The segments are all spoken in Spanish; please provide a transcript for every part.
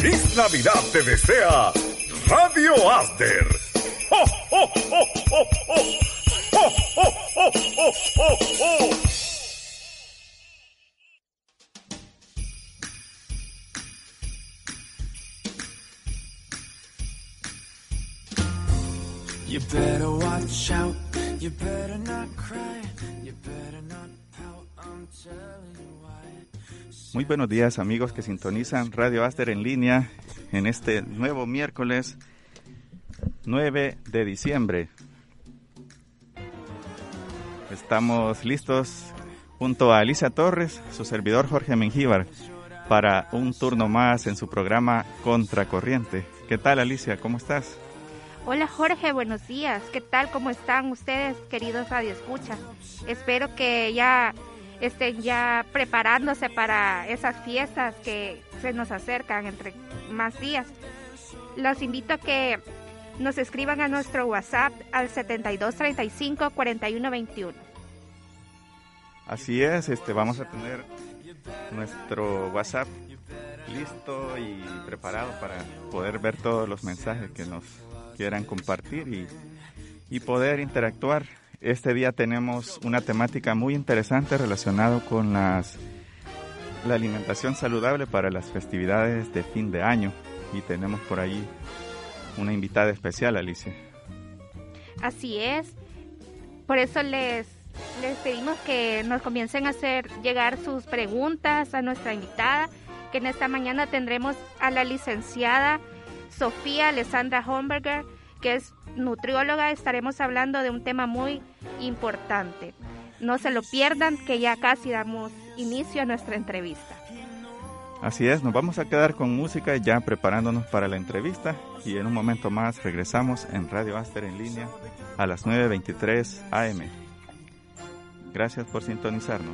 ¡Feliz Navidad te desea Radio Asder! ¡Ho, ho, ho, ho, ho! ¡Ho, ho, ho, ho, ho, ho! You better watch out, you better not cry, you better not pout, I'm telling you why. Muy buenos días, amigos que sintonizan Radio Asder en línea en este nuevo miércoles 9 de diciembre. Estamos listos junto a Alicia Torres, su servidor Jorge Mengíbar, para un turno más en su programa Contracorriente. ¿Qué tal, Alicia? ¿Cómo estás? Hola Jorge, buenos días. ¿Qué tal? ¿Cómo están ustedes, queridos radioescuchas? Espero que ya estén ya preparándose para esas fiestas que se nos acercan entre más días. Los invito a que nos escriban a nuestro WhatsApp al 7235-4121. Así es, vamos a tener nuestro WhatsApp listo y preparado para poder ver todos los mensajes que nos quieran compartir y poder interactuar. Este día tenemos una temática muy interesante relacionada con la alimentación saludable para las festividades de fin de año, y tenemos por ahí una invitada especial, Alicia. Así es, por eso les pedimos que nos comiencen a hacer llegar sus preguntas a nuestra invitada, que en esta mañana tendremos a la licenciada Sofía Alessandra Homberger, que es nutrióloga. Estaremos hablando de un tema muy importante. No se lo pierdan, que ya casi damos inicio a nuestra entrevista. Así es, nos vamos a quedar con música ya preparándonos para la entrevista, y en un momento más regresamos en Radio Asder en línea a las 9:23 AM. Gracias por sintonizarnos.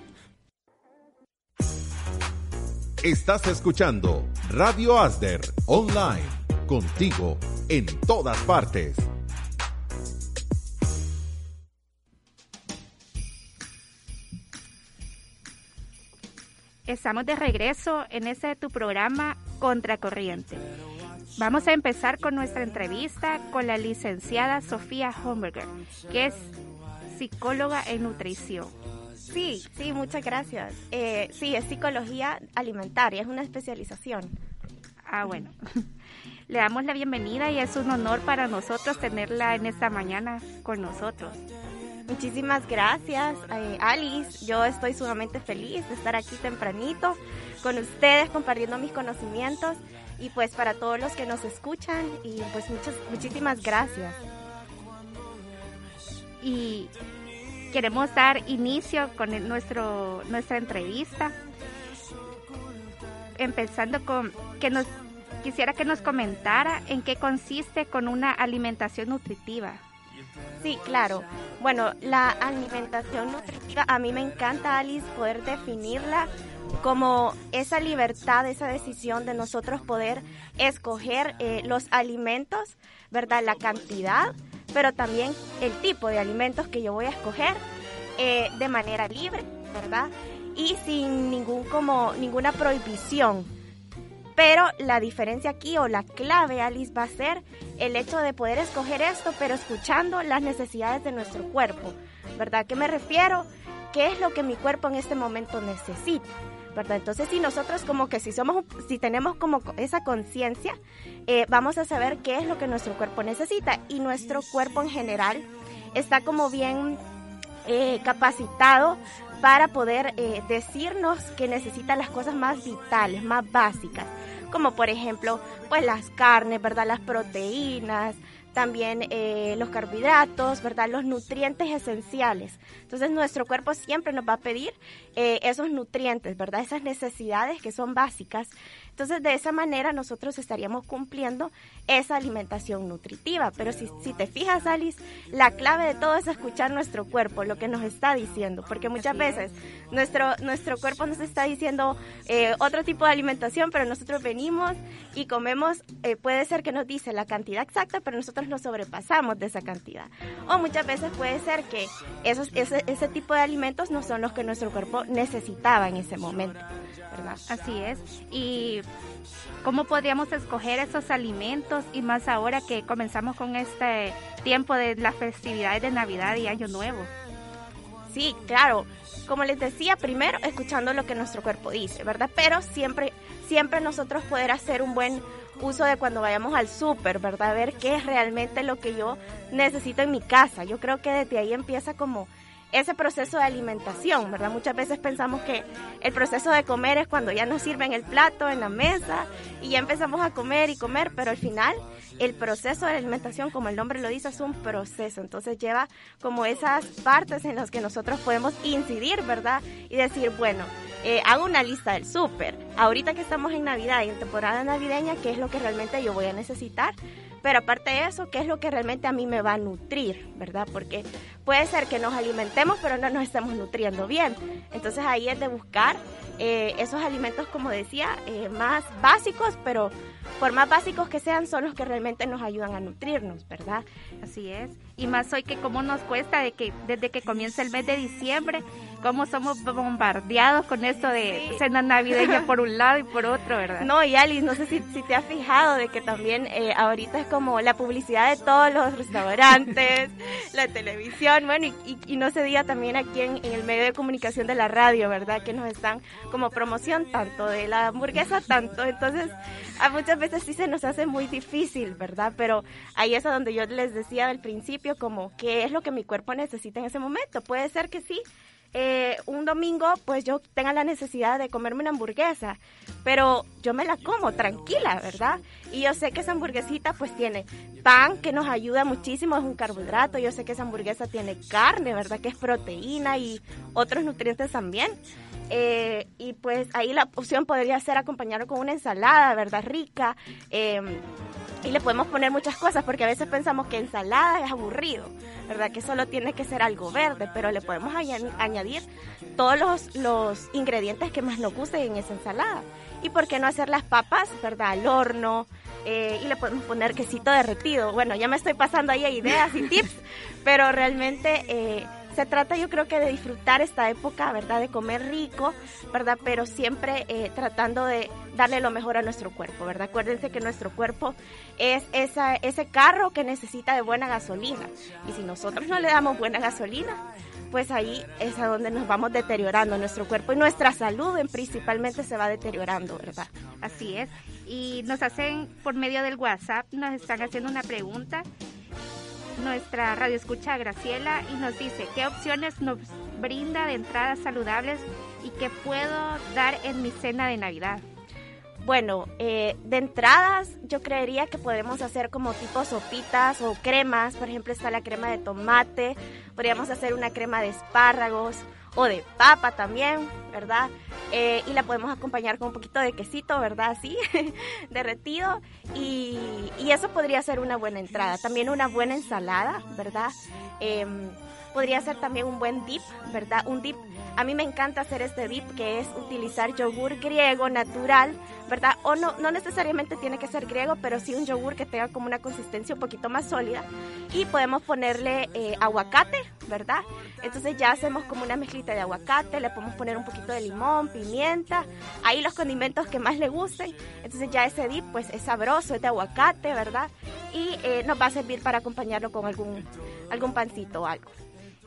Estás escuchando Radio Asder Online, contigo en todas partes. Estamos de regreso en tu programa Contracorriente. Vamos a empezar con nuestra entrevista con la licenciada Sofía Homberger, que es psicóloga en nutrición. Sí, muchas gracias. Sí, es psicología alimentaria, es una especialización. Bueno. Le damos la bienvenida y es un honor para nosotros tenerla en esta mañana con nosotros. Muchísimas gracias, Alice. Yo estoy sumamente feliz de estar aquí tempranito con ustedes compartiendo mis conocimientos, y pues para todos los que nos escuchan, y pues muchísimas gracias. Y queremos dar inicio con nuestra entrevista, empezando con quisiera que nos comentara en qué consiste con una alimentación nutritiva. Sí, claro. Bueno, la alimentación nutritiva, a mí me encanta, Alice, poder definirla como esa libertad, esa decisión de nosotros poder escoger los alimentos, ¿verdad? La cantidad, pero también el tipo de alimentos que yo voy a escoger de manera libre, ¿verdad? Y sin ninguna prohibición. Pero la diferencia aquí, o la clave, Alice, va a ser el hecho de poder escoger esto, pero escuchando las necesidades de nuestro cuerpo, ¿verdad? ¿A qué me refiero? ¿Qué es lo que mi cuerpo en este momento necesita? ¿Verdad? Entonces, si nosotros si tenemos como esa conciencia, vamos a saber qué es lo que nuestro cuerpo necesita, y nuestro cuerpo en general está como bien capacitado para poder decirnos que necesita las cosas más vitales, más básicas, como por ejemplo, pues las carnes, ¿verdad? Las proteínas, también los carbohidratos, ¿verdad? Los nutrientes esenciales. Entonces nuestro cuerpo siempre nos va a pedir esos nutrientes, ¿verdad? Esas necesidades que son básicas. Entonces de esa manera nosotros estaríamos cumpliendo esa alimentación nutritiva. Pero si te fijas, Alice, la clave de todo es escuchar nuestro cuerpo, lo que nos está diciendo, porque muchas veces nuestro cuerpo nos está diciendo otro tipo de alimentación, pero nosotros venimos y comemos, puede ser que nos dice la cantidad exacta, pero nosotros nosotros nos sobrepasamos de esa cantidad. O muchas veces puede ser que ese tipo de alimentos no son los que nuestro cuerpo necesitaba en ese momento, ¿verdad? Así es. ¿Y cómo podríamos escoger esos alimentos? Y más ahora que comenzamos con este tiempo de las festividades de Navidad y Año Nuevo. Sí, claro. Como les decía, primero escuchando lo que nuestro cuerpo dice, ¿verdad? Pero siempre nosotros poder hacer un buen uso de cuando vayamos al súper, ¿verdad? Ver qué es realmente lo que yo necesito en mi casa. Yo creo que desde ahí empieza como ese proceso de alimentación, ¿verdad? Muchas veces pensamos que el proceso de comer es cuando ya nos sirven el plato en la mesa y ya empezamos a comer y comer, pero al final el proceso de alimentación, como el nombre lo dice, es un proceso. Entonces lleva como esas partes en las que nosotros podemos incidir, ¿verdad? Y decir, bueno, hago una lista del súper. Ahorita que estamos en Navidad y en temporada navideña, ¿qué es lo que realmente yo voy a necesitar? Pero aparte de eso, ¿qué es lo que realmente a mí me va a nutrir, verdad? Porque puede ser que nos alimentemos, pero no nos estemos nutriendo bien. Entonces ahí es de buscar esos alimentos, como decía, más básicos, pero por más básicos que sean, son los que realmente nos ayudan a nutrirnos, ¿verdad? Así es. Y más hoy que cómo nos cuesta desde que comienza el mes de diciembre, cómo somos bombardeados con esto de cena navideña por un lado y por otro, ¿verdad? No, y Alice, no sé si te has fijado de que también ahorita es como la publicidad de todos los restaurantes, la televisión, bueno, y no se diga también aquí en el medio de comunicación de la radio, ¿verdad? Que nos están como promoción tanto de la hamburguesa, tanto, entonces a muchas veces sí se nos hace muy difícil, ¿verdad? Pero ahí es a donde yo les decía al principio, como qué es lo que mi cuerpo necesita en ese momento. Puede ser que sí, un domingo pues yo tenga la necesidad de comerme una hamburguesa, pero yo me la como tranquila, ¿verdad? Y yo sé que esa hamburguesita pues tiene pan, que nos ayuda muchísimo, es un carbohidrato. Yo sé que esa hamburguesa tiene carne, ¿verdad? Que es proteína y otros nutrientes también. Y pues ahí la opción podría ser acompañarlo con una ensalada, ¿verdad? Rica. Y le podemos poner muchas cosas, porque a veces pensamos que ensalada es aburrido, ¿verdad? Que solo tiene que ser algo verde, pero le podemos añadir todos los ingredientes que más nos gusten en esa ensalada. Y por qué no hacer las papas, ¿verdad? Al horno, y le podemos poner quesito derretido. Bueno, ya me estoy pasando ahí a ideas y tips, pero realmente se trata, yo creo que de disfrutar esta época, ¿verdad? De comer rico, ¿verdad? Pero siempre tratando de darle lo mejor a nuestro cuerpo, ¿verdad? Acuérdense que nuestro cuerpo es ese carro que necesita de buena gasolina. Y si nosotros no le damos buena gasolina, pues ahí es a donde nos vamos deteriorando nuestro cuerpo y nuestra salud principalmente se va deteriorando, ¿verdad? Así es. Y nos hacen por medio del WhatsApp, nos están haciendo una pregunta. Nuestra radio escucha Graciela y nos dice, ¿qué opciones nos brinda de entradas saludables y qué puedo dar en mi cena de Navidad? Bueno, de entradas yo creería que podemos hacer como tipo sopitas o cremas. Por ejemplo, está la crema de tomate, podríamos hacer una crema de espárragos o de papa también, ¿verdad? Y la podemos acompañar con un poquito de quesito, ¿verdad? Así, derretido. Y eso podría ser una buena entrada. También una buena ensalada, ¿verdad? Podría ser también un buen dip, ¿verdad? Un dip. A mí me encanta hacer este dip, que es utilizar yogur griego natural, ¿verdad? O no necesariamente tiene que ser griego, pero sí un yogur que tenga como una consistencia un poquito más sólida. Y podemos ponerle aguacate, ¿verdad? Entonces ya hacemos como una mezclita de aguacate, le podemos poner un poquito de limón, pimienta, ahí los condimentos que más le gusten. Entonces ya ese dip pues es sabroso, es de aguacate, ¿verdad? Y nos va a servir para acompañarlo con algún pancito o algo.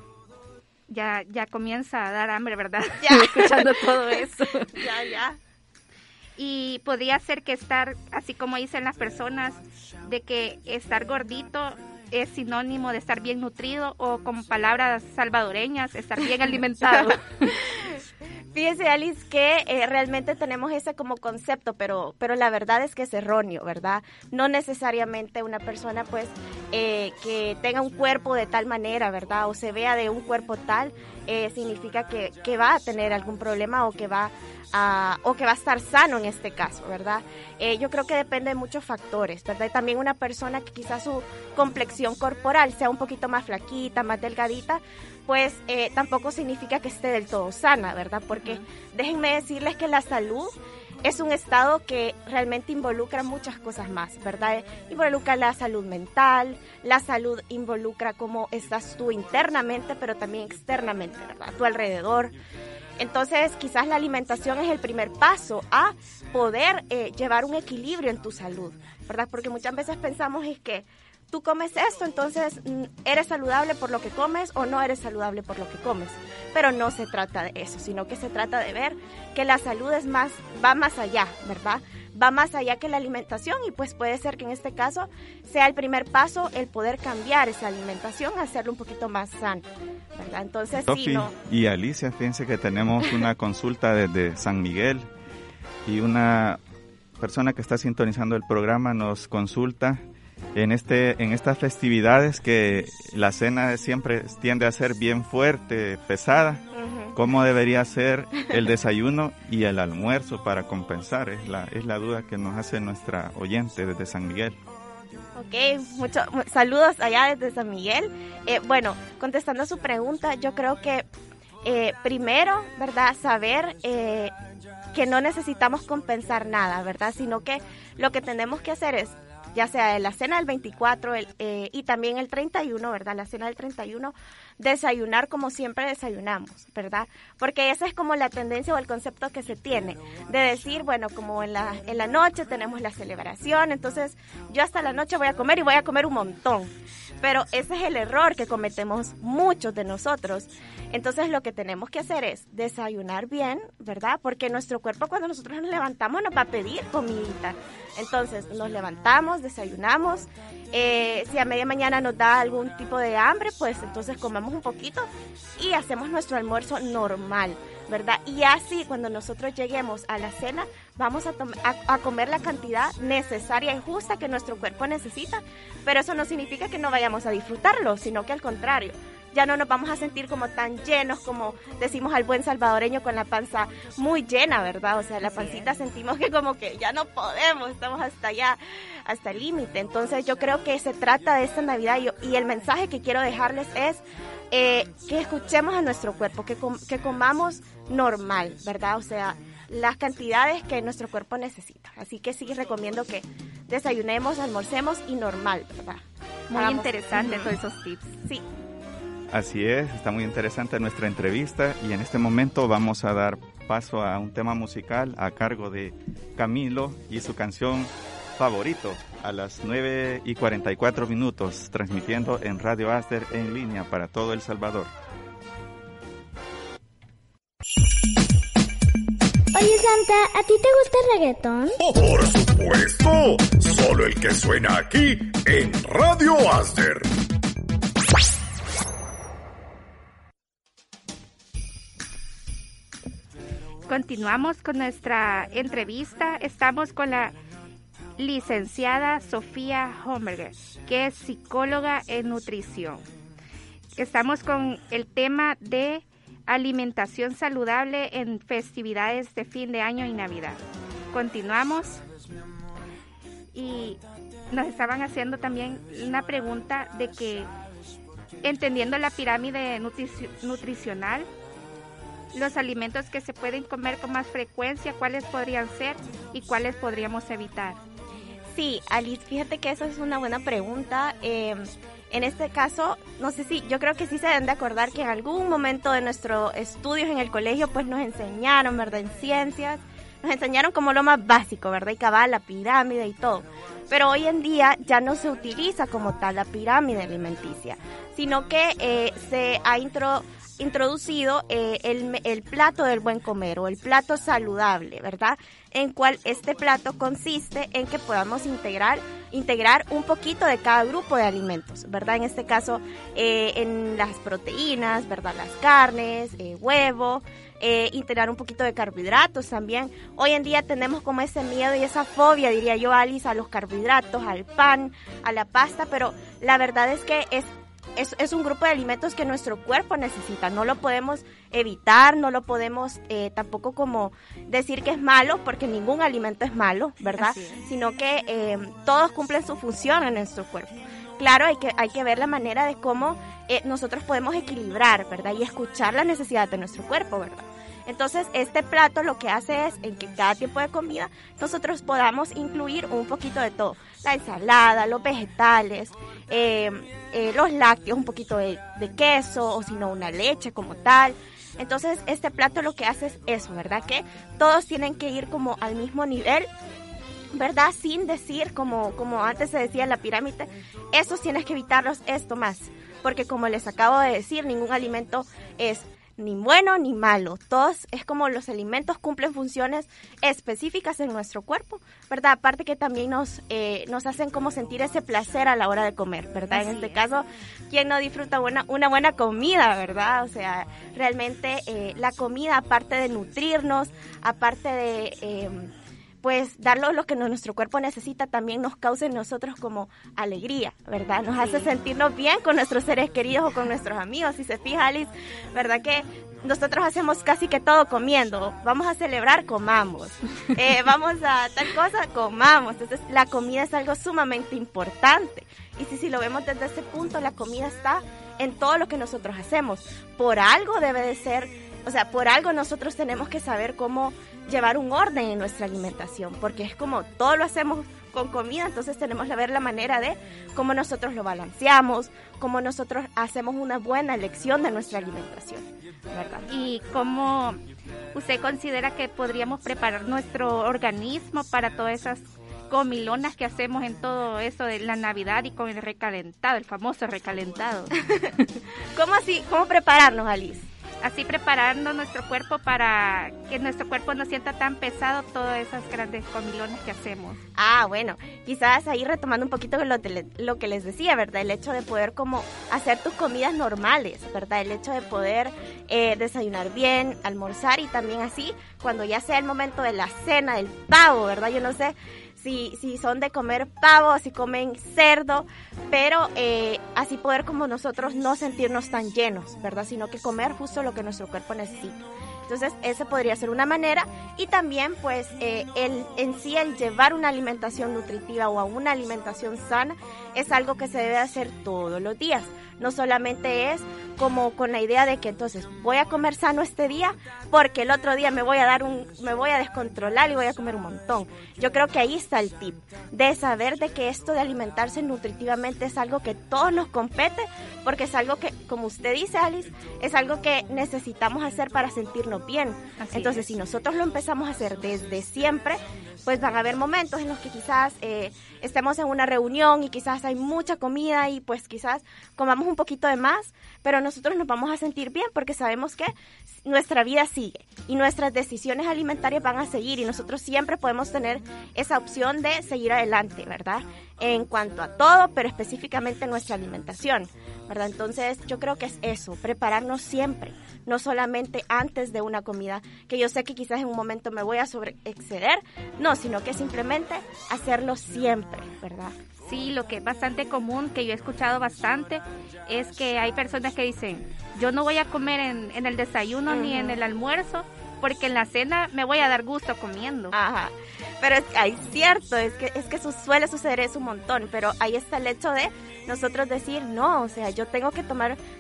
Ya comienza a dar hambre, ¿verdad? Ya. Escuchando todo eso. Ya. Y podría ser que estar, así como dicen las personas, de que estar gordito es sinónimo de estar bien nutrido, o con palabras salvadoreñas, estar bien alimentado. Fíjese, Alice, que realmente tenemos ese como concepto, pero la verdad es que es erróneo, ¿verdad? No necesariamente una persona, pues, que tenga un cuerpo de tal manera, ¿verdad? O se vea de un cuerpo tal, significa que va a tener algún problema o que va a estar sano en este caso, ¿verdad? Yo creo que depende de muchos factores, ¿verdad? Y también una persona que quizás su complexión corporal sea un poquito más flaquita, más delgadita, pues tampoco significa que esté del todo sana, ¿verdad? Porque déjenme decirles que la salud es un estado que realmente involucra muchas cosas más, ¿verdad? Involucra la salud mental, la salud involucra cómo estás tú internamente, pero también externamente, ¿verdad? A tu alrededor. Entonces, quizás la alimentación es el primer paso a poder llevar un equilibrio en tu salud, ¿verdad? Porque muchas veces pensamos es que tú comes esto, entonces eres saludable por lo que comes o no eres saludable por lo que comes. Pero no se trata de eso, sino que se trata de ver que la salud va más allá, ¿verdad? Va más allá que la alimentación y pues puede ser que en este caso sea el primer paso el poder cambiar esa alimentación, hacerlo un poquito más sano, ¿verdad? Entonces, Sofi sí, no. y Alicia, fíjense que tenemos una consulta desde San Miguel y una persona que está sintonizando el programa nos consulta en estas festividades que la cena siempre tiende a ser bien fuerte, pesada. ¿Cómo debería ser el desayuno y el almuerzo para compensar? Es la duda que nos hace nuestra oyente desde San Miguel. Ok, saludos allá desde San Miguel. Bueno, contestando a su pregunta, yo creo que primero, ¿verdad? Saber que no necesitamos compensar nada, ¿verdad? Sino que lo que tenemos que hacer es, ya sea la cena del 24 y también el 31, ¿verdad? La cena del 31, desayunar como siempre desayunamos, ¿verdad? Porque esa es como la tendencia o el concepto que se tiene, de decir, bueno, como en la noche tenemos la celebración, entonces yo hasta la noche voy a comer y voy a comer un montón. Pero ese es el error que cometemos muchos de nosotros. Entonces lo que tenemos que hacer es desayunar bien, ¿verdad? Porque nuestro cuerpo cuando nosotros nos levantamos nos va a pedir comidita. Entonces nos levantamos, desayunamos. Si a media mañana nos da algún tipo de hambre, pues entonces comemos un poquito y hacemos nuestro almuerzo normal, ¿verdad? Y así cuando nosotros lleguemos a la cena vamos a comer la cantidad necesaria y justa que nuestro cuerpo necesita, pero eso no significa que no vayamos a disfrutarlo, sino que al contrario, ya no nos vamos a sentir como tan llenos como decimos al buen salvadoreño con la panza muy llena, ¿verdad? O sea, la pancita sentimos que como que ya no podemos, estamos hasta allá, hasta el límite. Entonces yo creo que se trata de esta Navidad y el mensaje que quiero dejarles es que escuchemos a nuestro cuerpo, que comamos normal, ¿verdad? O sea, las cantidades que nuestro cuerpo necesita. Así que sí recomiendo que desayunemos, almorcemos y normal, ¿verdad? Muy interesante todos esos tips. Sí. Así es, está muy interesante nuestra entrevista y en este momento vamos a dar paso a un tema musical a cargo de Camilo y su canción Favorito a las 9:44 transmitiendo en Radio Asder en línea para todo El Salvador. Oye Santa, ¿a ti te gusta el reggaetón? ¡Oh, por supuesto! Solo el que suena aquí en Radio Asder. Continuamos con nuestra entrevista. Estamos con la licenciada Sofía Homberger, que es psicóloga en nutrición. Estamos con el tema de alimentación saludable en festividades de fin de año y Navidad. Continuamos y nos estaban haciendo también una pregunta de que, entendiendo la pirámide nutricional, los alimentos que se pueden comer con más frecuencia, ¿cuáles podrían ser y cuáles podríamos evitar? Sí, Alice, fíjate que esa es una buena pregunta. En este caso, no sé si, yo creo que sí se deben de acordar que en algún momento de nuestros estudios en el colegio, pues nos enseñaron, ¿verdad? En ciencias, nos enseñaron como lo más básico, ¿verdad? Y cabal, la pirámide y todo. Pero hoy en día ya no se utiliza como tal la pirámide alimenticia, sino que se ha introducido el plato del buen comer o el plato saludable, ¿verdad? En cual este plato consiste en que podamos integrar un poquito de cada grupo de alimentos, ¿verdad? En este caso, en las proteínas, ¿verdad? Las carnes, huevo, integrar un poquito de carbohidratos también. Hoy en día tenemos como ese miedo y esa fobia, diría yo, Alice, a los carbohidratos, al pan, a la pasta, pero la verdad es que es un grupo de alimentos que nuestro cuerpo necesita. No lo podemos evitar, no lo podemos tampoco como decir que es malo, porque ningún alimento es malo, ¿verdad? Sino que todos cumplen su función en nuestro cuerpo. Claro, hay que ver la manera de cómo nosotros podemos equilibrar, ¿verdad? Y escuchar la necesidad de nuestro cuerpo, ¿verdad? Entonces, este plato lo que hace es, en que cada tiempo de comida, nosotros podamos incluir un poquito de todo. La ensalada, los vegetales, los lácteos, un poquito de queso, o si no, una leche como tal. Entonces, este plato lo que hace es eso, ¿verdad? Que todos tienen que ir como al mismo nivel, ¿verdad? Sin decir, como antes se decía en la pirámide, estos tienes que evitarlos, esto más. Porque como les acabo de decir, ningún alimento es ni bueno ni malo. Todos es como los alimentos cumplen funciones específicas en nuestro cuerpo, ¿verdad? Aparte que también nos hacen como sentir ese placer a la hora de comer, ¿verdad? En este caso, ¿quién no disfruta una buena comida, verdad? O sea, realmente la comida, aparte de nutrirnos, aparte de pues darlo lo que nuestro cuerpo necesita, también nos causa en nosotros como alegría, ¿verdad? Nos hace sentirnos bien con nuestros seres queridos o con nuestros amigos. Si se fija, Alice, ¿verdad que nosotros hacemos casi que todo comiendo? Vamos a celebrar, comamos. Vamos a tal cosa, comamos. Entonces, la comida es algo sumamente importante. Y si lo vemos desde ese punto, la comida está en todo lo que nosotros hacemos. Por algo debe de ser, o sea, por algo nosotros tenemos que saber cómo llevar un orden en nuestra alimentación, porque es como todo lo hacemos con comida, entonces tenemos que ver la manera de cómo nosotros lo balanceamos, cómo nosotros hacemos una buena elección de nuestra alimentación, ¿verdad? ¿Y cómo usted considera que podríamos preparar nuestro organismo para todas esas comilonas que hacemos en todo eso de la Navidad y con el recalentado, el famoso recalentado? ¿Cómo así? ¿Cómo prepararnos, Alice? Así preparando nuestro cuerpo para que nuestro cuerpo no sienta tan pesado todas esas grandes comilonas que hacemos. Ah, bueno, quizás ahí retomando un poquito lo que les decía, ¿verdad? El hecho de poder como hacer tus comidas normales, ¿verdad? El hecho de poder desayunar bien, almorzar y también así, cuando ya sea el momento de la cena, del pavo, ¿verdad? Yo no sé si son de comer pavo, si comen cerdo, pero así poder como nosotros no sentirnos tan llenos, ¿verdad? Sino que comer justo lo que nuestro cuerpo necesita. Entonces, esa podría ser una manera. Y también, pues, el llevar una alimentación nutritiva o a una alimentación sana es algo que se debe hacer todos los días. No solamente es como con la idea de que entonces voy a comer sano este día porque el otro día me voy a descontrolar y voy a comer un montón. Yo creo que ahí está el tip de saber de que esto de alimentarse nutritivamente es algo que todos nos compete, porque es algo que, como usted dice, Alice, es algo que necesitamos hacer para sentirnos bien. Entonces, si nosotros lo empezamos a hacer desde siempre, pues van a haber momentos en los que quizás estemos en una reunión y quizás hay mucha comida y pues quizás comamos un poquito de más, pero nosotros nos vamos a sentir bien porque sabemos que nuestra vida sigue y nuestras decisiones alimentarias van a seguir y nosotros siempre podemos tener esa opción de seguir adelante, ¿verdad? En cuanto a todo, pero específicamente nuestra alimentación, ¿verdad? Entonces yo creo que es eso, prepararnos siempre, no solamente antes de una comida, que yo sé que quizás en un momento me voy a sobreexceder, no, sino que simplemente hacerlo siempre, ¿verdad? Sí, lo que es bastante común, que yo he escuchado bastante, es que hay personas que dicen, yo no voy a comer en el desayuno ni en el almuerzo, porque en la cena me voy a dar gusto comiendo. Ajá, pero es cierto, es que eso suele suceder eso un montón, pero ahí está el hecho de nosotros decir, no, o sea, yo tengo que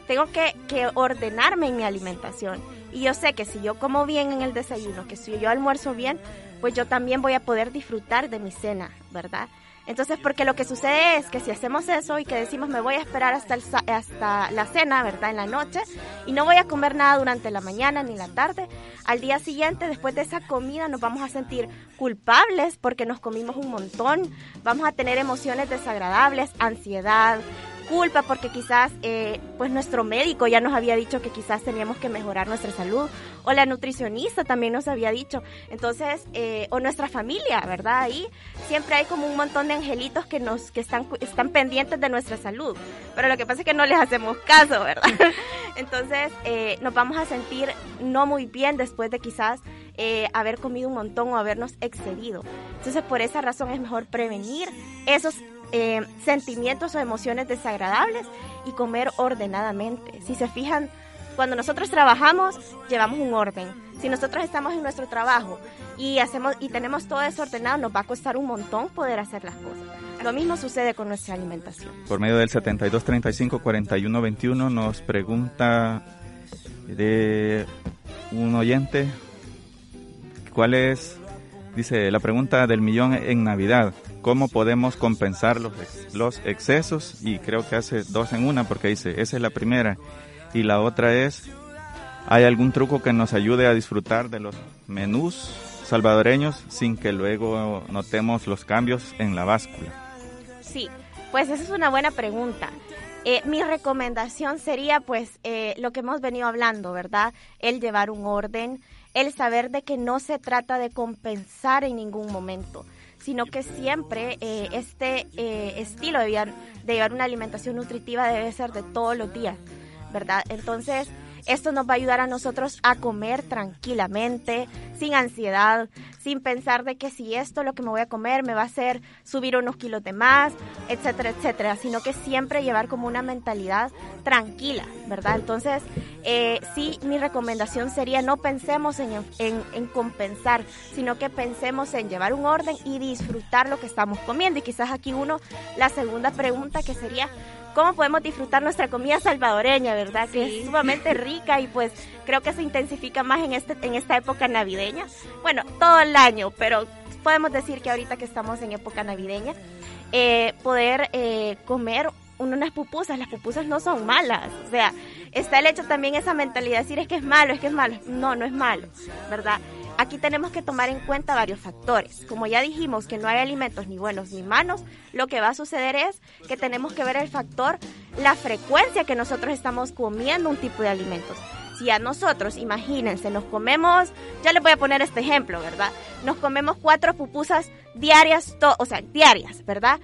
ordenarme en mi alimentación, y yo sé que si yo como bien en el desayuno, que si yo almuerzo bien, pues yo también voy a poder disfrutar de mi cena, ¿verdad? Entonces, porque lo que sucede es que si hacemos eso y que decimos me voy a esperar hasta la cena, ¿verdad? En la noche, y no voy a comer nada durante la mañana ni la tarde, al día siguiente, después de esa comida, nos vamos a sentir culpables porque nos comimos un montón, vamos a tener emociones desagradables, ansiedad, culpa porque quizás pues nuestro médico ya nos había dicho que quizás teníamos que mejorar nuestra salud, o la nutricionista también nos había dicho, entonces o nuestra familia, ¿verdad? Ahí siempre hay como un montón de angelitos que están pendientes de nuestra salud, pero lo que pasa es que no les hacemos caso, ¿verdad? Entonces nos vamos a sentir no muy bien después de quizás haber comido un montón o habernos excedido. Entonces por esa razón es mejor prevenir esos sentimientos o emociones desagradables y comer ordenadamente. Si se fijan, cuando nosotros trabajamos, llevamos un orden. Si nosotros estamos en nuestro trabajo y tenemos todo desordenado, nos va a costar un montón poder hacer las cosas. Lo mismo sucede con nuestra alimentación. Por medio del 7235-4121 nos pregunta de un oyente cuál es, dice, la pregunta del millón en Navidad? ¿Cómo podemos compensar los excesos? Y creo que hace dos en una, porque dice, esa es la primera. Y la otra es, ¿hay algún truco que nos ayude a disfrutar de los menús salvadoreños sin que luego notemos los cambios en la báscula? Sí, pues esa es una buena pregunta. Mi recomendación sería pues lo que hemos venido hablando, ¿verdad? El llevar un orden, el saber de que no se trata de compensar en ningún momento, sino que siempre este estilo de llevar una alimentación nutritiva debe ser de todos los días, ¿verdad? Entonces, esto nos va a ayudar a nosotros a comer tranquilamente, sin ansiedad, sin pensar de que si esto lo que me voy a comer me va a hacer subir unos kilos de más, etcétera, etcétera, sino que siempre llevar como una mentalidad tranquila, ¿verdad? Entonces, sí, mi recomendación sería no pensemos en compensar, sino que pensemos en llevar un orden y disfrutar lo que estamos comiendo. Y quizás aquí la segunda pregunta que sería, ¿cómo podemos disfrutar nuestra comida salvadoreña, verdad? Sí. Que es sumamente rica y pues creo que se intensifica más en esta época navideña. Bueno, todo el año, pero podemos decir que ahorita que estamos en época navideña, poder comer unas pupusas. Las pupusas no son malas, o sea, está el hecho también esa mentalidad de decir es que es malo. No es malo, ¿verdad? Aquí tenemos que tomar en cuenta varios factores. Como ya dijimos que no hay alimentos ni buenos ni malos, lo que va a suceder es que tenemos que ver el factor, la frecuencia que nosotros estamos comiendo un tipo de alimentos. Si a nosotros, imagínense, nos comemos, ya les voy a poner este ejemplo, ¿verdad? Nos comemos 4 pupusas diarias, diarias, ¿verdad?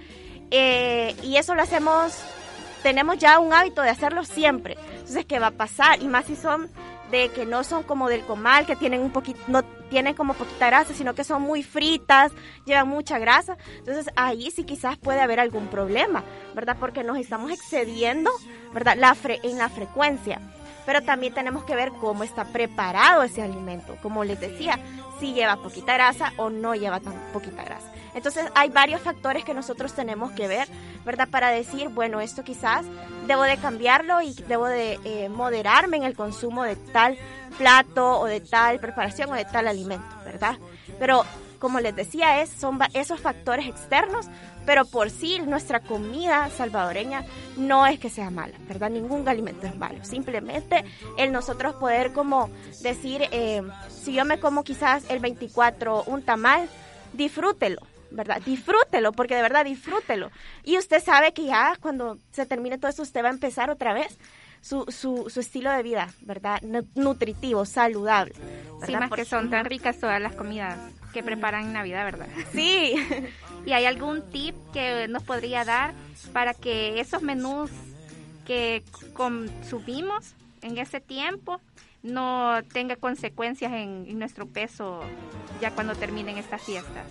Y eso lo hacemos, tenemos ya un hábito de hacerlo siempre. Entonces, ¿qué va a pasar? Y más si son de que no son como del comal, que tienen no tienen como poquita grasa, sino que son muy fritas, llevan mucha grasa. Entonces ahí sí quizás puede haber algún problema, ¿verdad? Porque nos estamos excediendo, ¿verdad? En la frecuencia. Pero también tenemos que ver cómo está preparado ese alimento. Como les decía, si lleva poquita grasa o no lleva tan poquita grasa. Entonces hay varios factores que nosotros tenemos que ver, ¿verdad? Para decir, bueno, esto quizás debo de cambiarlo y debo de moderarme en el consumo de tal plato o de tal preparación o de tal alimento, ¿verdad? Pero como les decía, son esos factores externos, pero por sí nuestra comida salvadoreña no es que sea mala, ¿verdad? Ningún alimento es malo. Simplemente el nosotros poder como decir, si yo me como quizás el 24 un tamal, disfrútelo, ¿verdad? Disfrútelo, porque de verdad disfrútelo. Y usted sabe que ya cuando se termine todo eso, usted va a empezar otra vez su estilo de vida, ¿verdad? Nutritivo, saludable, ¿verdad? Sí, más que son tan ricas todas las comidas que preparan en Navidad, ¿verdad? Sí. ¿Y hay algún tip que nos podría dar para que esos menús que consumimos en ese tiempo no tenga consecuencias en nuestro peso ya cuando terminen estas fiestas?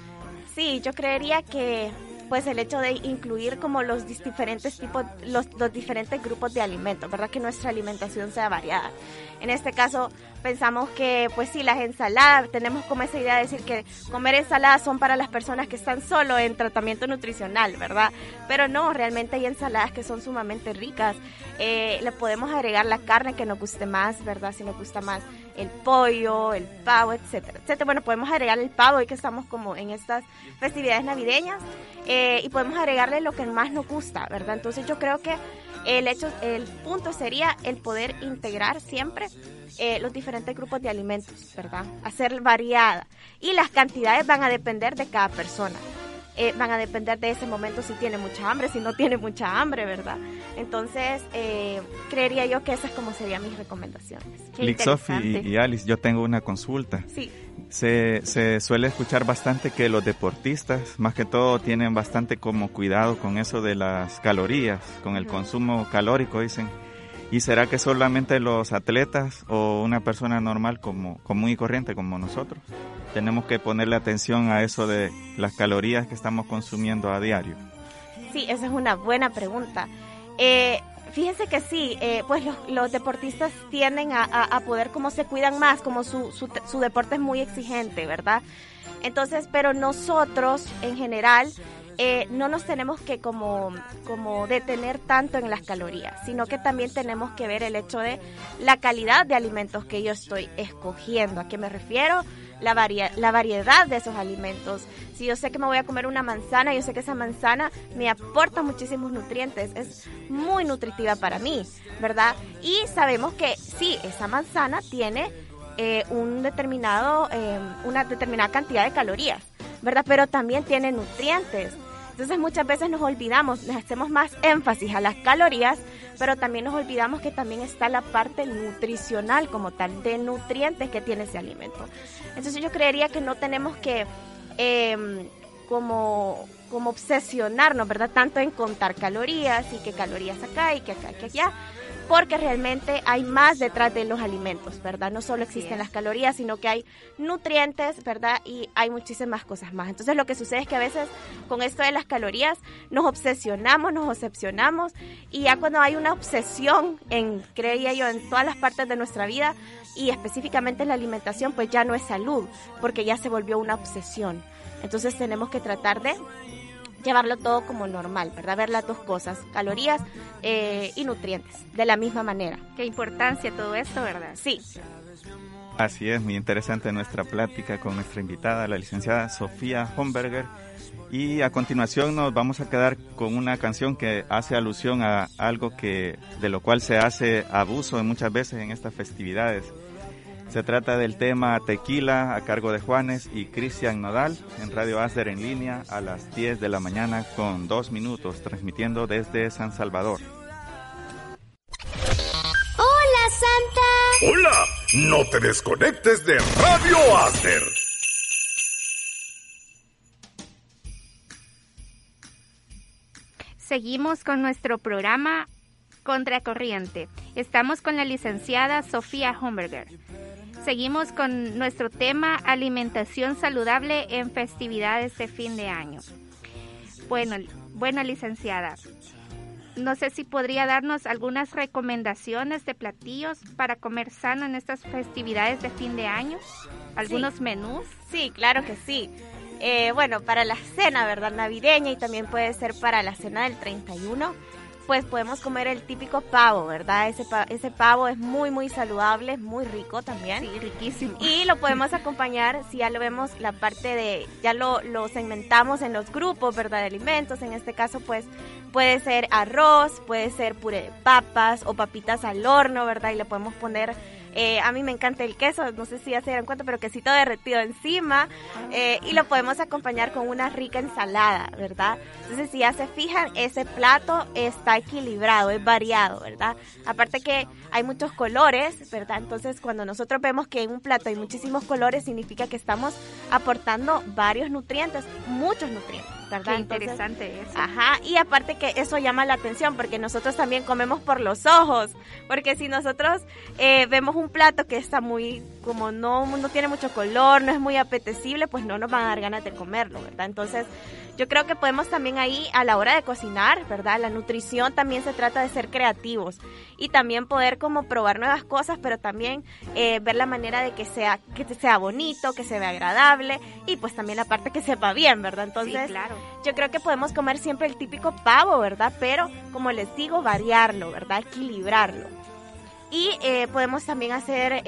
Sí, yo creería que pues el hecho de incluir como los diferentes tipos, los diferentes grupos de alimentos, ¿verdad? Que nuestra alimentación sea variada. En este caso pensamos que pues sí, las ensaladas, tenemos como esa idea de decir que comer ensaladas son para las personas que están solo en tratamiento nutricional, ¿verdad? Pero no, realmente hay ensaladas que son sumamente ricas. Le podemos agregar la carne que nos guste más, ¿verdad? Si nos gusta más el pollo, el pavo, etcétera, etcétera. Bueno, podemos agregar el pavo hoy que estamos como en estas festividades navideñas, y podemos agregarle lo que más nos gusta, ¿verdad? Entonces yo creo que el punto sería el poder integrar siempre los diferentes grupos de alimentos, ¿verdad? Hacer variada. Y las cantidades van a depender de cada persona. Van a depender de ese momento, si tiene mucha hambre, si no tiene mucha hambre, ¿verdad? Entonces, creería yo que esas como serían mis recomendaciones. Lixofi y Alice, yo tengo una consulta. Sí. Se suele escuchar bastante que los deportistas, más que todo, tienen bastante como cuidado con eso de las calorías, con el consumo calórico, dicen. ¿Y será que solamente los atletas o una persona normal común y corriente como nosotros tenemos que ponerle atención a eso de las calorías que estamos consumiendo a diario? Sí, esa es una buena pregunta. Fíjense que sí, pues los deportistas tienden a poder, como se cuidan más, como su deporte es muy exigente, ¿verdad? Entonces, pero nosotros en general no nos tenemos que como detener tanto en las calorías, sino que también tenemos que ver el hecho de la calidad de alimentos que yo estoy escogiendo. ¿A qué me refiero? La variedad de esos alimentos. Si yo sé que me voy a comer una manzana, yo sé que esa manzana me aporta muchísimos nutrientes, es muy nutritiva para mí, ¿verdad? Y sabemos que sí, esa manzana tiene una determinada cantidad de calorías, ¿verdad? Pero también tiene nutrientes. Entonces muchas veces nos olvidamos, les hacemos más énfasis a las calorías, pero también nos olvidamos que también está la parte nutricional como tal, de nutrientes que tiene ese alimento. Entonces yo creería que no tenemos que como obsesionarnos, ¿verdad? Tanto en contar calorías y qué calorías acá y qué acá y qué allá, porque realmente hay más detrás de los alimentos, ¿verdad? No solo existen las calorías, sino que hay nutrientes, ¿verdad? Y hay muchísimas cosas más. Entonces lo que sucede es que a veces con esto de las calorías nos obsesionamos y ya cuando hay una obsesión creería yo, en todas las partes de nuestra vida y específicamente en la alimentación, pues ya no es salud, porque ya se volvió una obsesión. Entonces tenemos que tratar de llevarlo todo como normal, ¿verdad? Ver las dos cosas, calorías y nutrientes, de la misma manera. Qué importancia todo esto, ¿verdad? Sí. Así es, muy interesante nuestra plática con nuestra invitada, la licenciada Sofía Homberger. Y a continuación nos vamos a quedar con una canción que hace alusión a algo de lo cual se hace abuso muchas veces en estas festividades. Se trata del tema Tequila a cargo de Juanes y Cristian Nodal en Radio Asder en línea a las 10 de la mañana con 2 minutos, transmitiendo desde San Salvador. ¡Hola, Santa! ¡Hola! No te desconectes de Radio Asder. Seguimos con nuestro programa Contracorriente. Estamos con la licenciada Sofía Homberger. Seguimos con nuestro tema alimentación saludable en festividades de fin de año. Bueno, licenciada, no sé si podría darnos algunas recomendaciones de platillos para comer sano en estas festividades de fin de año. ¿Algunos menús? Sí, claro que sí. Bueno, para la cena, ¿verdad? Navideña y también puede ser para la cena del 31. Pues podemos comer el típico pavo, ¿verdad? Ese pavo es muy, muy saludable, es muy rico también. Sí, riquísimo. Y lo podemos acompañar, si ya lo vemos, la parte de, ya lo segmentamos en los grupos, ¿verdad? De alimentos. En este caso, pues, puede ser arroz, puede ser puré de papas o papitas al horno, ¿verdad? Y le podemos poner, a mí me encanta el queso, no sé si ya se dieron cuenta, pero quesito derretido encima. Y lo podemos acompañar con una rica ensalada, ¿verdad? Entonces, si ya se fijan, ese plato está equilibrado, es variado, ¿verdad? Aparte que hay muchos colores, ¿verdad? Entonces, cuando nosotros vemos que en un plato hay muchísimos colores, significa que estamos aportando varios nutrientes, muchos nutrientes, ¿verdad? Qué interesante eso. Ajá, y aparte que eso llama la atención, porque nosotros también comemos por los ojos, porque si nosotros vemos un plato que está muy, como no tiene mucho color, no es muy apetecible, pues no nos van a dar ganas de comerlo, ¿verdad? Entonces, yo creo que podemos también ahí, a la hora de cocinar, ¿verdad? La nutrición también se trata de ser creativos y también poder como probar nuevas cosas, pero también ver la manera de que sea bonito, que se vea agradable y pues también la parte que sepa bien, ¿verdad? Entonces, sí, claro. Yo creo que podemos comer siempre el típico pavo, ¿verdad? Pero, como les digo, variarlo, ¿verdad? Equilibrarlo. Y podemos también hacer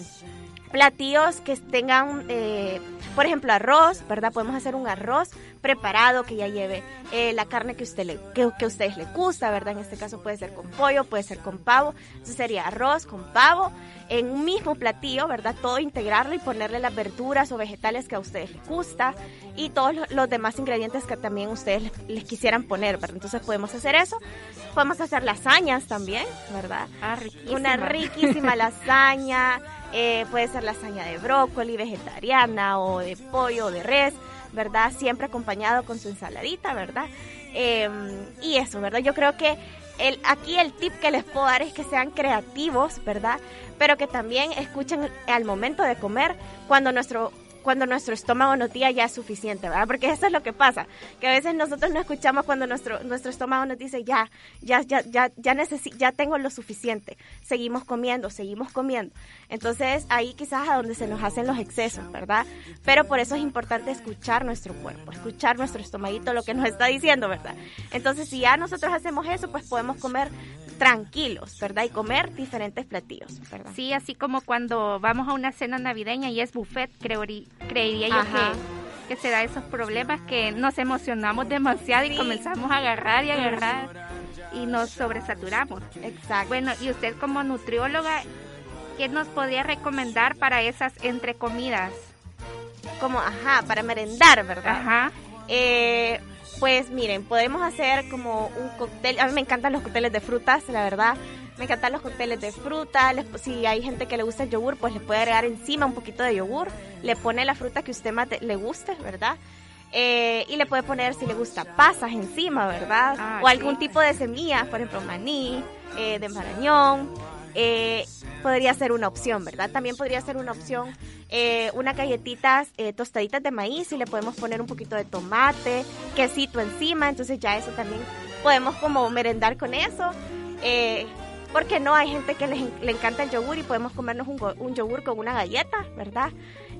platillos que tengan, por ejemplo, arroz, ¿verdad? Podemos hacer un arroz preparado que ya lleve la carne que a ustedes les gusta, ¿verdad? En este caso puede ser con pollo, puede ser con pavo. Entonces sería arroz con pavo en un mismo platillo, ¿verdad? Todo integrarlo y ponerle las verduras o vegetales que a ustedes les gusta y todos los demás ingredientes que también ustedes les quisieran poner, ¿verdad? Entonces podemos hacer eso. Podemos hacer lasañas también, ¿verdad? Ah, riquísima. Una riquísima lasaña. Puede ser lasaña de brócoli, vegetariana o de pollo o de res, ¿verdad? Siempre acompañado con su ensaladita, ¿verdad? Y eso, ¿verdad? Yo creo que aquí el tip que les puedo dar es que sean creativos, ¿verdad? Pero que también escuchen al momento de comer cuando nuestro cuando nuestro estómago nos diga ya es suficiente, ¿verdad? Porque eso es lo que pasa, que a veces nosotros no escuchamos cuando nuestro estómago nos dice ya tengo lo suficiente, seguimos comiendo. Entonces ahí quizás a donde se nos hacen los excesos, ¿verdad? Pero por eso es importante escuchar nuestro cuerpo, escuchar nuestro estomaguito, lo que nos está diciendo, ¿verdad? Entonces si ya nosotros hacemos eso, pues podemos comer tranquilos, ¿verdad? Y comer diferentes platillos, ¿verdad? Sí, así como cuando vamos a una cena navideña y es buffet, creería yo que se da esos problemas, que nos emocionamos demasiado y comenzamos a agarrar y nos sobresaturamos. Exacto. Bueno, y usted como nutrióloga, ¿qué nos podría recomendar para esas entrecomidas? Como, para merendar, ¿verdad? Ajá. Pues miren, podemos hacer como un cóctel. A mí me encantan los cócteles de frutas, la verdad. Me encantan los cócteles de fruta. Si hay gente que le gusta el yogur, pues le puede agregar encima un poquito de yogur. Le pone la fruta que usted más le guste, ¿verdad? Y le puede poner, si le gusta, pasas encima, ¿verdad? O algún tipo de semillas, por ejemplo, maní, de marañón. Podría ser una opción, ¿verdad? También podría ser una opción unas galletitas tostaditas de maíz y le podemos poner un poquito de tomate, quesito encima, entonces ya eso también podemos como merendar con eso. Porque no, hay gente que le encanta el yogur y podemos comernos un yogur con una galleta, ¿verdad?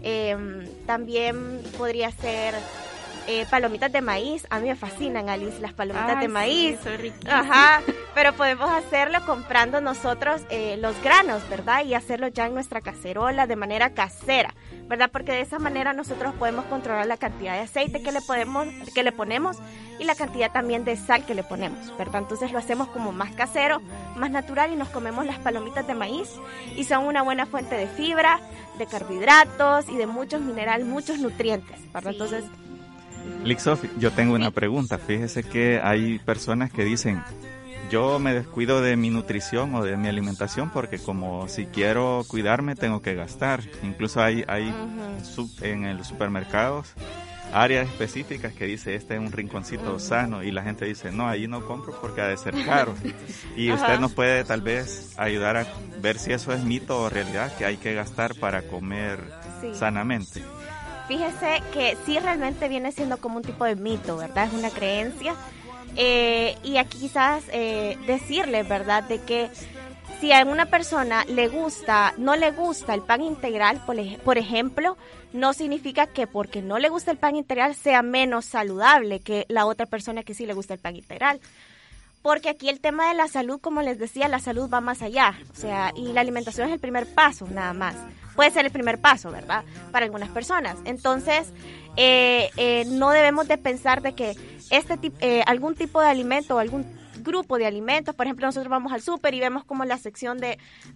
También podría ser palomitas de maíz. A mí me fascinan, Alice, las palomitas de maíz. Sí, son riquísimas. Ajá, pero podemos hacerlo comprando nosotros los granos, ¿verdad? Y hacerlo ya en nuestra cacerola de manera casera, ¿verdad? Porque de esa manera nosotros podemos controlar la cantidad de aceite que le ponemos y la cantidad también de sal que le ponemos, ¿verdad? Entonces lo hacemos como más casero, más natural y nos comemos las palomitas de maíz y son una buena fuente de fibra, de carbohidratos y de muchos minerales, muchos nutrientes, ¿verdad? Sí. Entonces... Lixofi, yo tengo una pregunta. Fíjese que hay personas que dicen, yo me descuido de mi nutrición o de mi alimentación porque como si quiero cuidarme tengo que gastar. Incluso hay en los supermercados áreas específicas que dice este es un rinconcito sano y la gente dice no, ahí no compro porque ha de ser caro. Y usted nos puede tal vez ayudar a ver si eso es mito o realidad, que hay que gastar para comer sanamente. Fíjese que sí realmente viene siendo como un tipo de mito, ¿verdad? Es una creencia. Y aquí quizás decirle, ¿verdad? De que si a una persona no le gusta el pan integral, por ejemplo, no significa que porque no le gusta el pan integral sea menos saludable que la otra persona que sí le gusta el pan integral. Porque aquí el tema de la salud, como les decía, la salud va más allá. O sea, y la alimentación es el primer paso, nada más. Puede ser el primer paso, ¿verdad? Para algunas personas. Entonces, no debemos de pensar de que algún tipo de alimento o algún grupo de alimentos, por ejemplo, nosotros vamos al súper y vemos como la sección de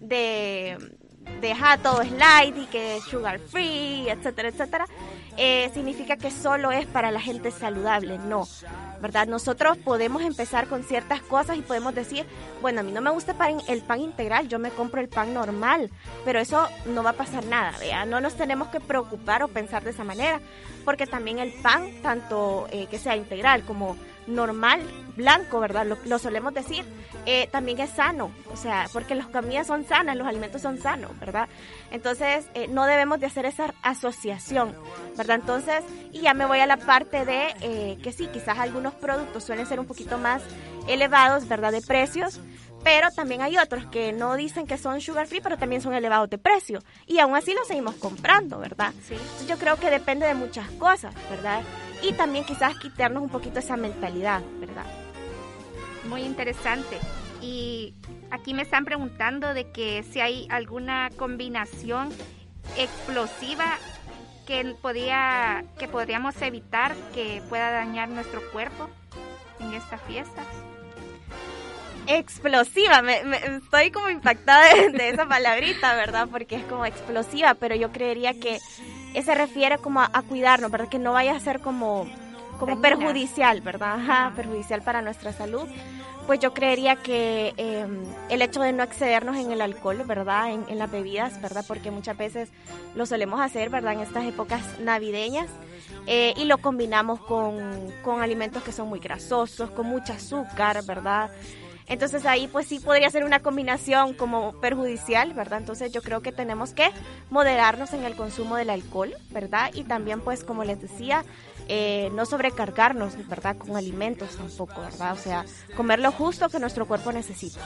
todo es light y que es sugar free, etcétera, etcétera, significa que solo es para la gente saludable. No, ¿verdad? Nosotros podemos empezar con ciertas cosas y podemos decir, bueno, a mí no me gusta el pan integral, yo me compro el pan normal, pero eso no va a pasar nada, ¿vea? No nos tenemos que preocupar o pensar de esa manera, porque también el pan, tanto que sea integral como normal, blanco, ¿verdad? Lo solemos decir, también es sano, o sea, porque las comidas son sanas, los alimentos son sanos, ¿verdad? Entonces, no debemos de hacer esa asociación, ¿verdad? Entonces, y ya me voy a la parte de que sí, quizás algunos productos suelen ser un poquito más elevados, ¿verdad? De precios, pero también hay otros que no dicen que son sugar free, pero también son elevados de precio, y aún así los seguimos comprando, ¿verdad? Sí. Entonces, yo creo que depende de muchas cosas, ¿verdad? Y también quizás quitarnos un poquito esa mentalidad, ¿verdad? Muy interesante. Y aquí me están preguntando de que si hay alguna combinación explosiva que podríamos evitar que pueda dañar nuestro cuerpo en estas fiestas. Explosiva, estoy como impactada de esa palabrita, ¿verdad? Porque es como explosiva, pero yo creería que se refiere como a cuidarnos, ¿verdad? Que no vaya a ser como perjudicial, ¿verdad? Ajá, perjudicial para nuestra salud. Pues yo creería que el hecho de no excedernos en el alcohol, ¿verdad? En las bebidas, ¿verdad? Porque muchas veces lo solemos hacer, ¿verdad? En estas épocas navideñas y lo combinamos con alimentos que son muy grasosos, con mucha azúcar, ¿verdad? Entonces ahí pues sí podría ser una combinación como perjudicial, ¿verdad? Entonces yo creo que tenemos que moderarnos en el consumo del alcohol, ¿verdad? Y también pues como les decía, no sobrecargarnos, ¿verdad? Con alimentos tampoco, ¿verdad? O sea, comer lo justo que nuestro cuerpo necesita.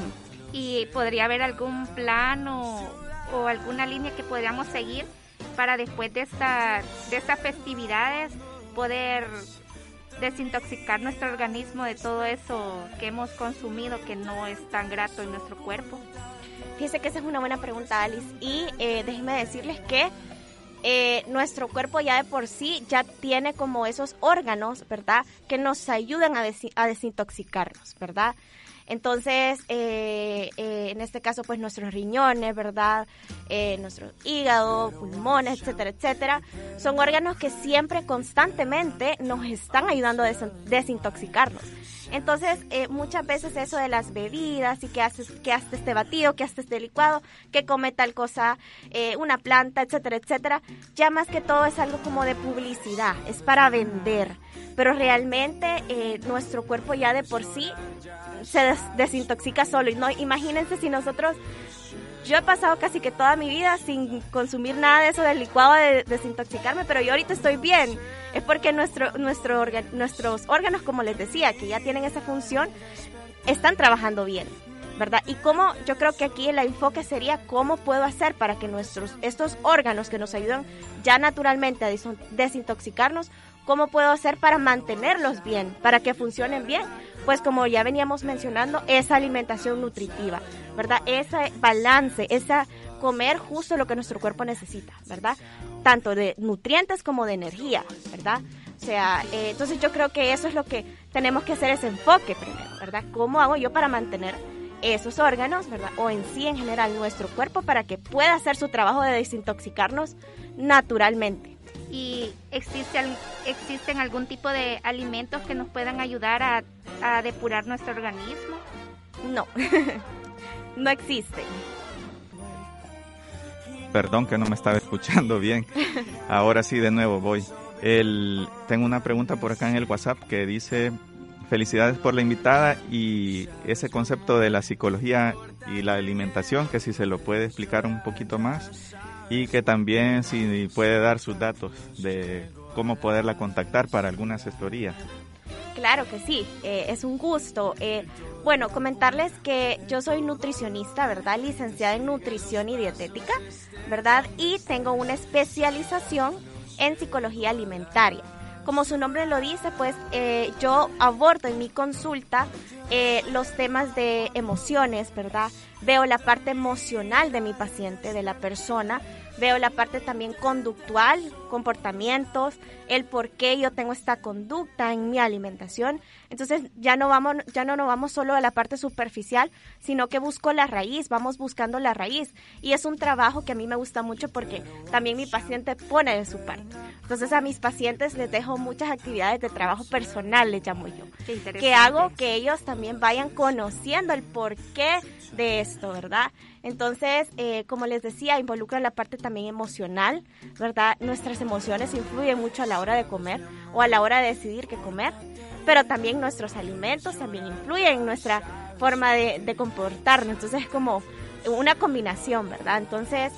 ¿Y podría haber algún plan o alguna línea que podríamos seguir para después de estas festividades poder desintoxicar nuestro organismo de todo eso que hemos consumido que no es tan grato en nuestro cuerpo? Fíjese que esa es una buena pregunta, Alice, y déjenme decirles que nuestro cuerpo ya de por sí ya tiene como esos órganos, ¿verdad?, que nos ayudan a desintoxicarnos, ¿verdad? Entonces, en este caso, pues nuestros riñones, ¿verdad? Nuestro hígado, pulmones, etcétera, etcétera, son órganos que siempre, constantemente, nos están ayudando a desintoxicarnos. Entonces, muchas veces eso de las bebidas y que haces este batido, que haces este licuado, que come tal cosa, una planta, etcétera, etcétera, ya más que todo es algo como de publicidad, es para vender. Pero realmente nuestro cuerpo ya de por sí se desintoxica solo. Y no, imagínense si nosotros... Yo he pasado casi que toda mi vida sin consumir nada de eso del licuado de desintoxicarme, pero yo ahorita estoy bien. Es porque nuestros órganos, como les decía, que ya tienen esa función, están trabajando bien, ¿verdad? Y cómo, yo creo que aquí el enfoque sería cómo puedo hacer para que estos órganos que nos ayudan ya naturalmente a desintoxicarnos, cómo puedo hacer para mantenerlos bien, para que funcionen bien. Pues como ya veníamos mencionando, esa alimentación nutritiva, ¿verdad? Ese balance, esa comer justo lo que nuestro cuerpo necesita, ¿verdad? Tanto de nutrientes como de energía, ¿verdad? O sea, entonces yo creo que eso es lo que tenemos que hacer, ese enfoque primero, ¿verdad? ¿Cómo hago yo para mantener esos órganos, ¿verdad? O en sí, en general, nuestro cuerpo para que pueda hacer su trabajo de desintoxicarnos naturalmente. ¿Y existen algún tipo de alimentos que nos puedan ayudar a depurar nuestro organismo? No, no existen. Perdón que no me estaba escuchando bien. Ahora sí, de nuevo voy. Tengo una pregunta por acá en el WhatsApp que dice: felicidades por la invitada, y ese concepto de la psicología y la alimentación, que si se lo puede explicar un poquito más. Y que también si puede dar sus datos de cómo poderla contactar para alguna asesoría. Claro que sí, es un gusto. Bueno, comentarles que yo soy nutricionista, ¿verdad? Licenciada en nutrición y dietética, ¿verdad? Y tengo una especialización en psicología alimentaria. Como su nombre lo dice, pues yo abordo en mi consulta los temas de emociones, ¿verdad? Veo la parte emocional de mi paciente, de la persona. Veo la parte también conductual, comportamientos, el por qué yo tengo esta conducta en mi alimentación. Entonces ya no nos vamos solo a la parte superficial, sino que busco la raíz, vamos buscando la raíz. Y es un trabajo que a mí me gusta mucho porque también mi paciente pone de su parte. Entonces a mis pacientes les dejo muchas actividades de trabajo personal, les llamo yo, que hago que ellos también vayan conociendo el porqué de esto, ¿verdad? Entonces, como les decía, involucra la parte también emocional, ¿verdad? Nuestras emociones influyen mucho a la hora de comer o a la hora de decidir qué comer, pero también nuestros alimentos también influyen en nuestra forma de comportarnos. Entonces, es como una combinación, ¿verdad? Entonces,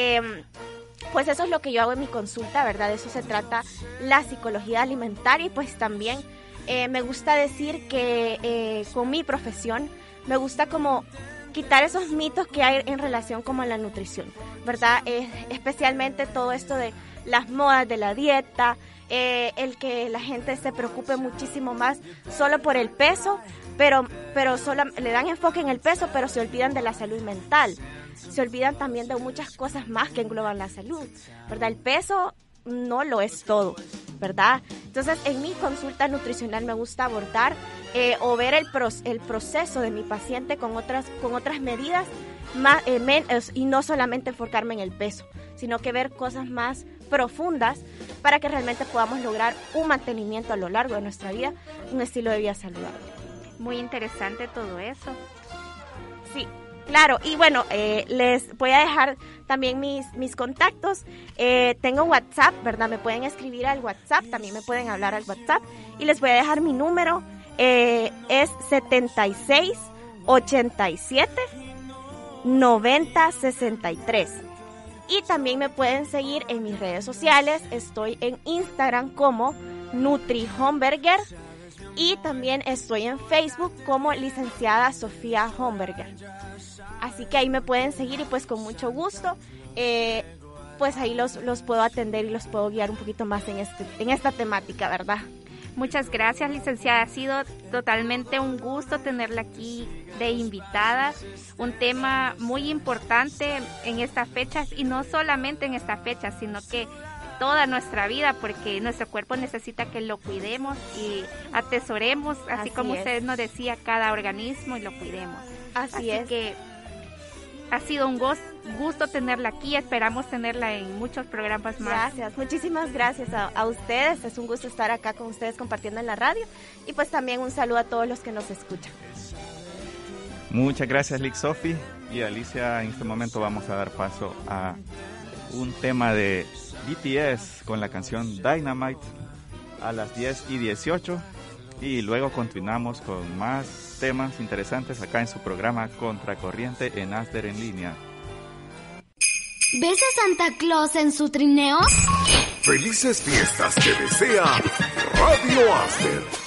pues eso es lo que yo hago en mi consulta, ¿verdad? De eso se trata la psicología alimentaria. Y pues también me gusta decir que con mi profesión me gusta como quitar esos mitos que hay en relación como a la nutrición, ¿verdad? Especialmente todo esto de las modas de la dieta, el que la gente se preocupe muchísimo más solo por el peso, pero solo le dan enfoque en el peso, pero se olvidan de la salud mental, se olvidan también de muchas cosas más que engloban la salud, ¿verdad? El peso no lo es todo, ¿verdad? Entonces, en mi consulta nutricional me gusta abordar o ver el proceso de mi paciente con otras medidas más, y no solamente enfocarme en el peso, sino que ver cosas más profundas para que realmente podamos lograr un mantenimiento a lo largo de nuestra vida, un estilo de vida saludable. Muy interesante todo eso. Sí. Claro, y bueno, les voy a dejar también mis contactos. Tengo WhatsApp, ¿verdad? Me pueden escribir al WhatsApp, también me pueden hablar al WhatsApp. Y les voy a dejar mi número. es 76 87 90 63. Y también me pueden seguir en mis redes sociales. Estoy en Instagram como Nutri Homberger y también estoy en Facebook como licenciada Sofía Homberger. Así que ahí me pueden seguir y pues con mucho gusto pues ahí los puedo atender y los puedo guiar un poquito más en esta temática, ¿verdad? Muchas gracias, licenciada. Ha sido totalmente un gusto tenerla aquí de invitada. Un tema muy importante en estas fechas, y no solamente en estas fechas, sino que toda nuestra vida, porque nuestro cuerpo necesita que lo cuidemos y atesoremos, así como usted nos decía, cada organismo, y lo cuidemos. Así es que ha sido un gusto tenerla aquí. Esperamos tenerla en muchos programas más. Gracias, muchísimas gracias a ustedes. Es un gusto estar acá con ustedes compartiendo en la radio. Y pues también un saludo a todos los que nos escuchan. Muchas gracias, Lick Sophie. Y Alicia, en este momento vamos a dar paso a un tema de BTS con la canción Dynamite a las 10:18. Y luego continuamos con más temas interesantes acá en su programa Contracorriente en Asder en línea. ¿Ves a Santa Claus en su trineo? ¡Felices fiestas te desea Radio Asder!